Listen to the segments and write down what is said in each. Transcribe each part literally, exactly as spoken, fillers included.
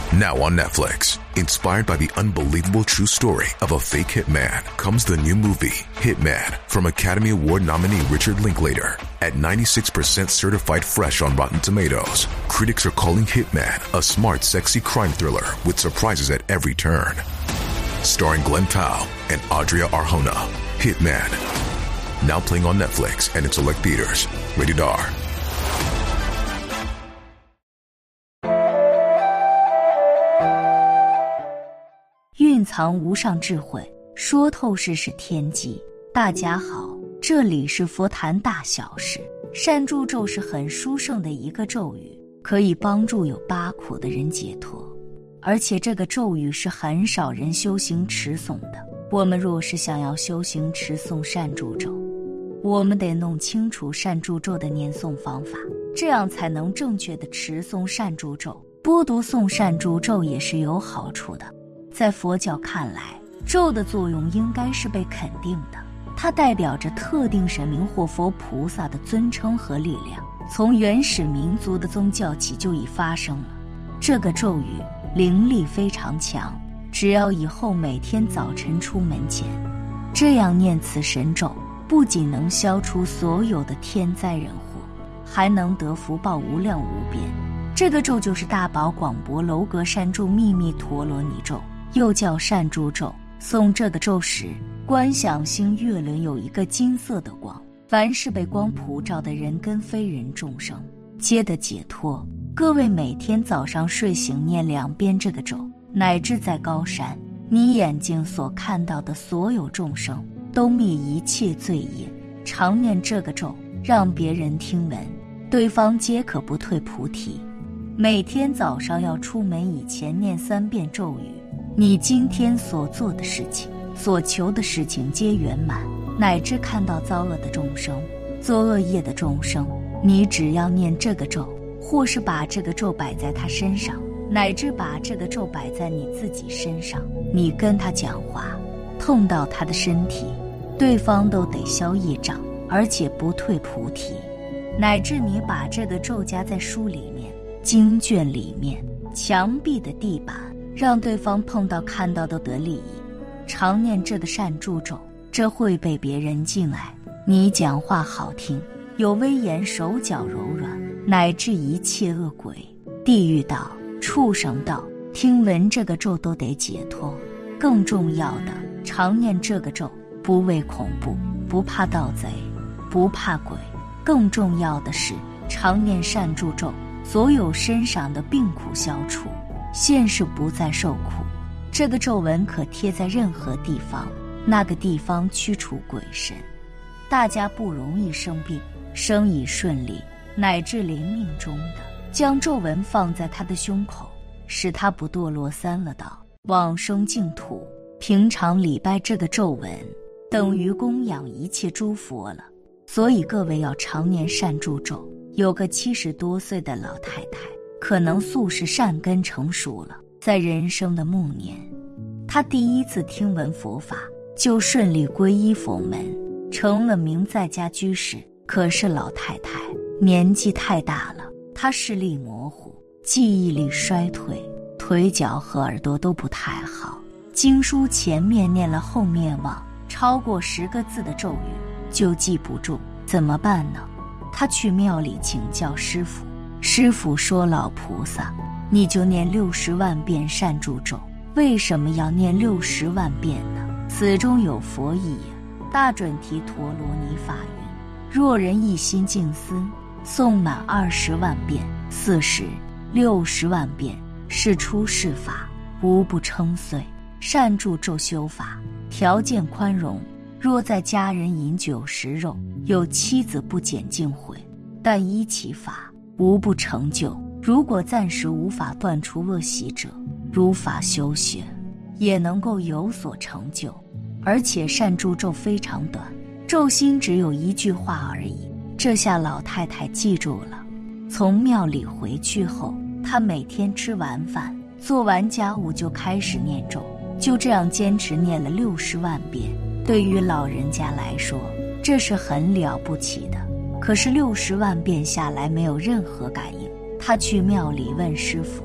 Now on Netflix, inspired by the unbelievable true story of a fake hitman, comes the new movie, Hitman, from Academy Award nominee Richard Linklater. At ninety-six percent certified fresh on Rotten Tomatoes, critics are calling Hitman a smart, sexy crime thriller with surprises at every turn. Starring Glenn Powell and Adria Arjona, Hitman. Now playing on Netflix and in select theaters. Rated R. 蕴藏无上智慧，说透世事天机。大家好，这里是佛谈大小事。善助咒是很殊胜的一个咒语，可以帮助有八苦的人解脱，而且这个咒语是很少人修行持诵的。我们若是想要修行持诵善助咒，我们得弄清楚善助咒的念诵方法，这样才能正确的持诵善助咒。播读诵善助咒也是有好处的。在佛教看来，咒的作用应该是被肯定的，它代表着特定神明或佛菩萨的尊称和力量，从原始民族的宗教起就已发生了。这个咒语灵力非常强，只要以后每天早晨出门前这样念此神咒，不仅能消除所有的天灾人祸，还能得福报无量无边。这个咒就是大宝广博楼阁善住秘密陀罗尼咒，又叫善住咒。诵这个咒时，观想星月轮有一个金色的光，凡是被光普照的人跟非人众生皆得解脱。各位每天早上睡醒念两遍这个咒，乃至在高山，你眼睛所看到的所有众生都灭一切罪业。常念这个咒，让别人听闻，对方皆可不退菩提。每天早上要出门以前念三遍咒语，你今天所做的事情、所求的事情皆圆满，乃至看到造恶的众生、作恶业的众生，你只要念这个咒，或是把这个咒摆在他身上，乃至把这个咒摆在你自己身上，你跟他讲话，碰到他的身体，对方都得消业障，而且不退菩提。乃至你把这个咒加在书里面、经卷里面、墙壁的地板，让对方碰到看到都得利益。常念这个善助咒，这会被别人敬爱，你讲话好听，有威严，手脚柔软，乃至一切恶鬼、地狱道、畜生道，听闻这个咒都得解脱。更重要的，常念这个咒，不畏恐怖，不怕盗贼，不怕鬼。更重要的是，常念善助咒，所有身上的病苦消除，现世不再受苦。这个咒文可贴在任何地方，那个地方驱除鬼神，大家不容易生病，生意顺利，乃至临命中的，将咒文放在他的胸口，使他不堕落三恶道，往生净土。平常礼拜这个咒文，等于供养一切诸佛了。所以各位要常念善助咒。有个七十多岁的老太太，可能素是善根成熟了，在人生的暮年，她第一次听闻佛法，就顺利皈依佛门，成了名在家居士。可是老太太年纪太大了，她视力模糊，记忆力衰退，腿脚和耳朵都不太好。经书前面念了，后面忘，超过十个字的咒语就记不住，怎么办呢？他去庙里请教师父，师父说：老菩萨，你就念六十万遍善助咒。为什么要念六十万遍呢？此中有佛意呀。大准提陀罗尼法云：若人一心静思，诵满二十万遍、四十、六十万遍，是出世法，无不称遂。善助咒修法条件宽容，若在家人饮酒食肉，有妻子不减净毁，但依其法，无不成就。如果暂时无法断除恶习者，如法修学，也能够有所成就。而且善助咒非常短，咒心只有一句话而已。这下老太太记住了。从庙里回去后，她每天吃完饭，做完家务就开始念咒，就这样坚持念了六十万遍。对于老人家来说，这是很了不起的。可是六十万遍下来没有任何感应。他去庙里问师父，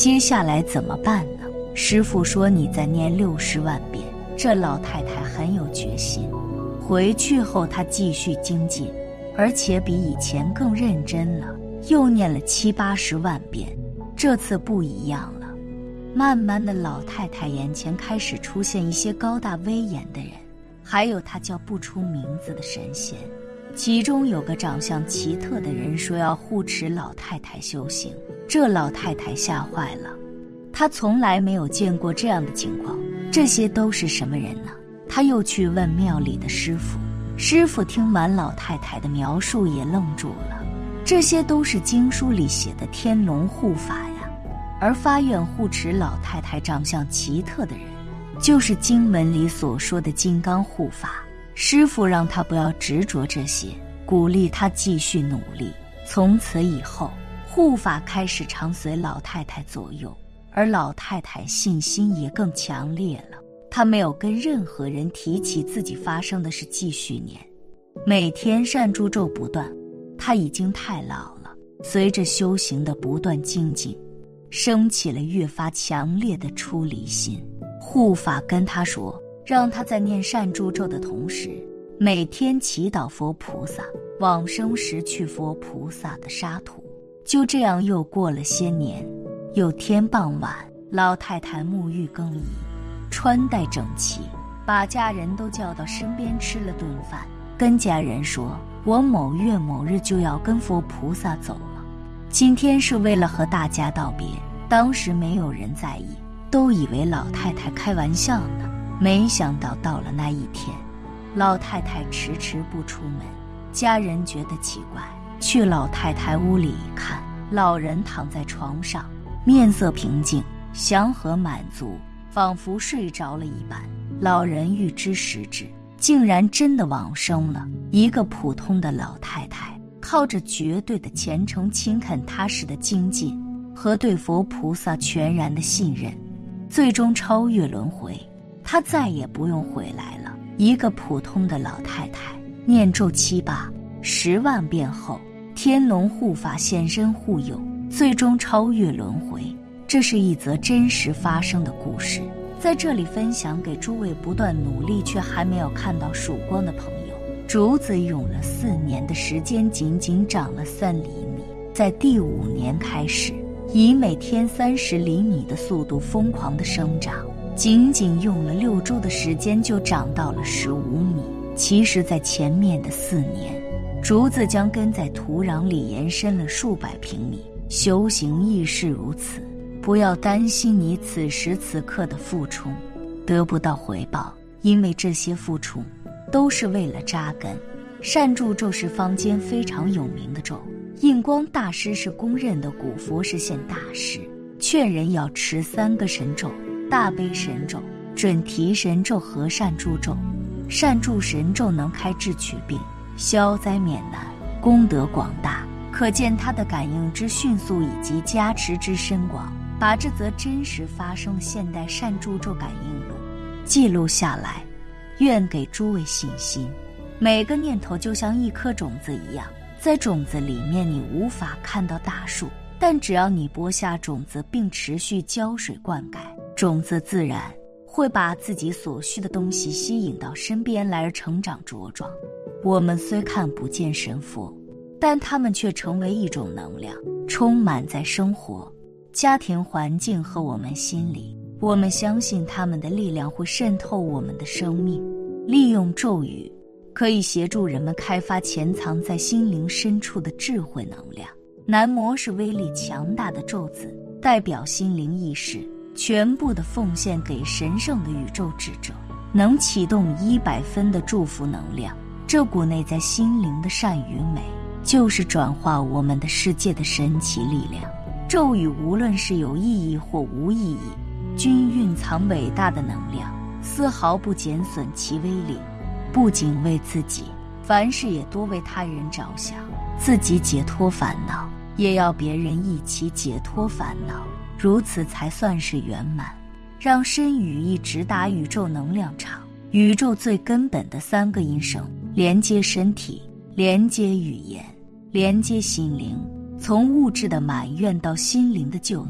接下来怎么办呢？师傅说你再念六十万遍。这老太太很有决心，回去后她继续精进，而且比以前更认真了，又念了七八十万遍。这次不一样了，慢慢的老太太眼前开始出现一些高大威严的人，还有她叫不出名字的神仙。其中有个长相奇特的人说要护持老太太修行，这老太太吓坏了，她从来没有见过这样的情况，这些都是什么人呢？她又去问庙里的师傅，师傅听完老太太的描述也愣住了，这些都是经书里写的天龙护法呀，而发愿护持老太太长相奇特的人，就是经文里所说的金刚护法。师父让他不要执着这些，鼓励他继续努力。从此以后，护法开始常随老太太左右，而老太太信心也更强烈了。她没有跟任何人提起自己发生的事，继续念，每天善助咒不断。她已经太老了，随着修行的不断精进，升起了越发强烈的出离心。护法跟她说，让他在念善助咒的同时，每天祈祷佛菩萨往生时去佛菩萨的沙土。就这样又过了些年，有天傍晚，老太太沐浴更衣，穿戴整齐，把家人都叫到身边吃了顿饭，跟家人说，我某月某日就要跟佛菩萨走了，今天是为了和大家道别。当时没有人在意，都以为老太太开玩笑呢。没想到到了那一天，老太太迟迟不出门，家人觉得奇怪，去老太太屋里一看，老人躺在床上，面色平静，祥和满足，仿佛睡着了一般。老人预知时至，竟然真的往生了。一个普通的老太太，靠着绝对的虔诚、勤恳、踏实的精进和对佛菩萨全然的信任，最终超越轮回，她再也不用回来了。一个普通的老太太念咒七八十万遍后，天龙护法现身护佑，最终超越轮回。这是一则真实发生的故事，在这里分享给诸位不断努力却还没有看到曙光的朋友。竹子用了四年的时间，仅仅长了三厘米，在第五年开始，以每天三十厘米的速度疯狂的生长，仅仅用了六周的时间就长到了十五米。其实在前面的四年，竹子将根在土壤里延伸了数百平米。修行亦是如此，不要担心你此时此刻的付出得不到回报，因为这些付出都是为了扎根。善助咒是坊间非常有名的咒，印光大师是公认的古佛实现大师，劝人要持三个神咒：大悲神咒、准提神咒和善助咒。善助神咒能开智祛病、消灾免难，功德广大，可见他的感应之迅速以及加持之深广。把这则真实发生的现代善助咒感应录记录下来，愿给诸位信心。每个念头就像一颗种子一样，在种子里面你无法看到大树，但只要你播下种子并持续浇水灌溉，种子自然会把自己所需的东西吸引到身边来而成长茁壮。我们虽看不见神佛，但他们却成为一种能量，充满在生活、家庭环境和我们心里。我们相信他们的力量会渗透我们的生命，利用咒语可以协助人们开发潜藏在心灵深处的智慧能量。南摩是威力强大的咒字，代表心灵意识全部的奉献给神圣的宇宙智者，能启动一百分的祝福能量。这股内在心灵的善与美，就是转化我们的世界的神奇力量。咒语无论是有意义或无意义，均蕴藏伟大的能量，丝毫不减损其威力。不仅为自己，凡事也多为他人着想，自己解脱烦恼，也要别人一起解脱烦恼，如此才算是圆满。让身语意直达宇宙能量场，宇宙最根本的三个音声，连接身体，连接语言，连接心灵。从物质的满愿到心灵的救度，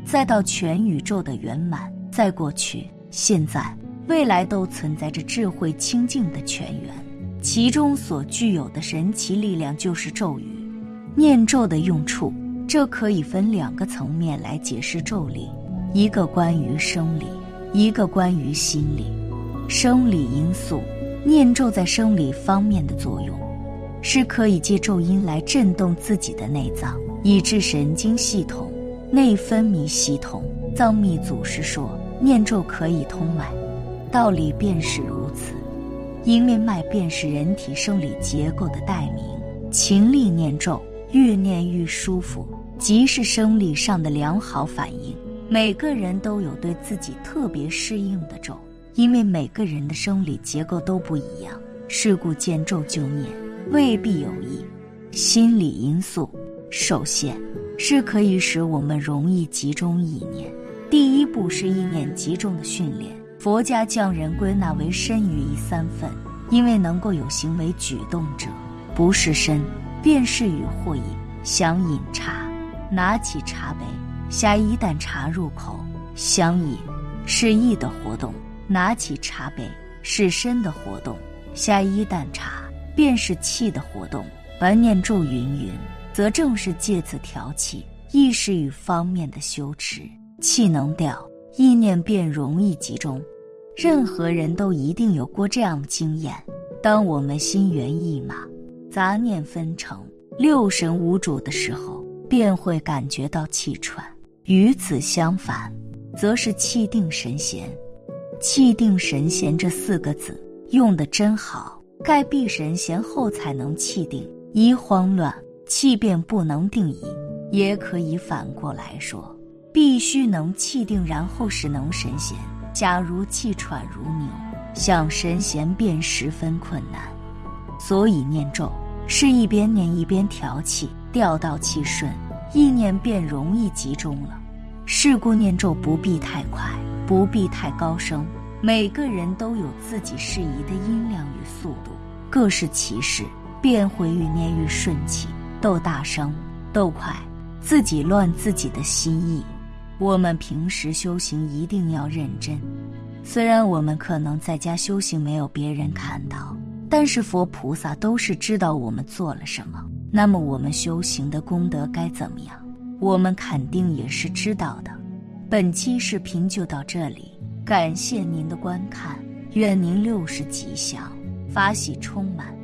再到全宇宙的圆满，在过去、现在、未来都存在着智慧清净的泉源，其中所具有的神奇力量就是咒语。念咒的用处，这可以分两个层面来解释咒力，一个关于生理，一个关于心理。生理因素，念咒在生理方面的作用，是可以借咒音来震动自己的内脏，以致神经系统、内分泌系统。藏密祖师说，念咒可以通脉，道理便是如此。因为脉便是人体生理结构的代名，勤力念咒，越念愈舒服，即是生理上的良好反应。每个人都有对自己特别适应的咒，因为每个人的生理结构都不一样，是故见咒就念未必有益。心理因素，首先是可以使我们容易集中意念。第一步是意念集中的训练，佛家将人归纳为身语意三分，因为能够有行为举动者，不是身便是语或意。想饮茶，拿起茶杯，下一啖茶入口，想饮是意的活动，拿起茶杯是身的活动，下一啖茶便是气的活动。而念咒云云，则正是借此调气、意识与方面的修持。气能掉，意念便容易集中。任何人都一定有过这样的经验，当我们心猿意马、杂念纷呈、六神无主的时候，便会感觉到气喘。与此相反，则是气定神闲。气定神闲这四个字用得真好，盖必神闲后才能气定，一慌乱，气便不能定矣。也可以反过来说，必须能气定，然后是能神闲。假如气喘如牛，想神闲便十分困难。所以念咒是一边念一边调气，调到气顺，意念便容易集中了。是故念咒不必太快，不必太高声，每个人都有自己适宜的音量与速度，各是其事，便会愈念愈顺气。斗大声，斗快，自己乱自己的心意。我们平时修行一定要认真，虽然我们可能在家修行没有别人看到，但是佛菩萨都是知道我们做了什么，那么我们修行的功德该怎么样，我们肯定也是知道的。本期视频就到这里，感谢您的观看，愿您六时吉祥，法喜充满。